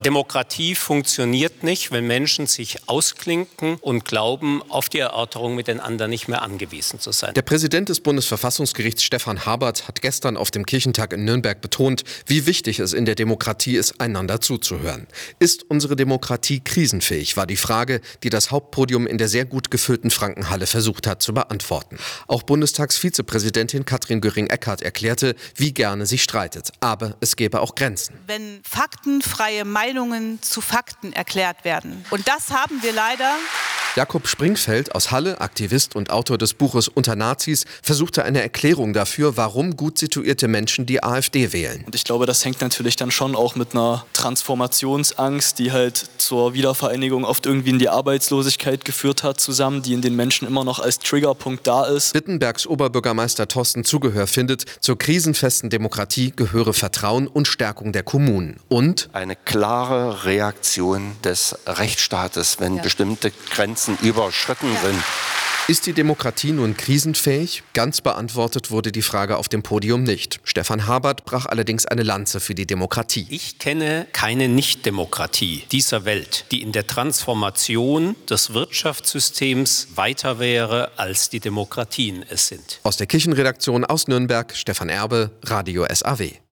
Demokratie funktioniert nicht, wenn Menschen sich ausklinken und glauben, auf die Erörterung mit den anderen nicht mehr angewiesen zu sein. Der Präsident des Bundesverfassungsgerichts Stefan Habert hat gestern auf dem Kirchentag in Nürnberg betont, wie wichtig es in der Demokratie ist, einander zuzuhören. Ist unsere Demokratie krisenfähig, war die Frage, die das Hauptpodium in der sehr gut gefüllten Frankenhalle versucht hat zu beantworten. Auch Bundestagsvizepräsidentin Katrin Göring-Eckardt erklärte, wie gerne sie streitet. Aber es gäbe auch Grenzen. Wenn faktenfreie Meinungen zu Fakten erklärt werden. Und das haben wir leider. Jakob Springfeld aus Halle, Aktivist und Autor des Buches Unter Nazis, versuchte eine Erklärung dafür, warum gut situierte Menschen die AfD wählen. Und ich glaube, das hängt natürlich dann schon auch mit einer Transformationsangst, die halt zur Wiedervereinigung oft irgendwie in die Arbeitslosigkeit geführt hat, zusammen, die in den Menschen immer noch als Triggerpunkt da ist. Wittenbergs Oberbürgermeister Thorsten Zugehör findet, zur krisenfesten Demokratie gehöre Vertrauen und Stärkung der Kommunen. Und eine klare Reaktion des Rechtsstaates, wenn bestimmte Grenzen überschritten sind. Ist die Demokratie nun krisenfähig? Ganz beantwortet wurde die Frage auf dem Podium nicht. Stefan Habert brach allerdings eine Lanze für die Demokratie. Ich kenne keine Nichtdemokratie dieser Welt, die in der Transformation des Wirtschaftssystems weiter wäre, als die Demokratien es sind. Aus der Kirchenredaktion aus Nürnberg, Stefan Erbe, Radio SAW.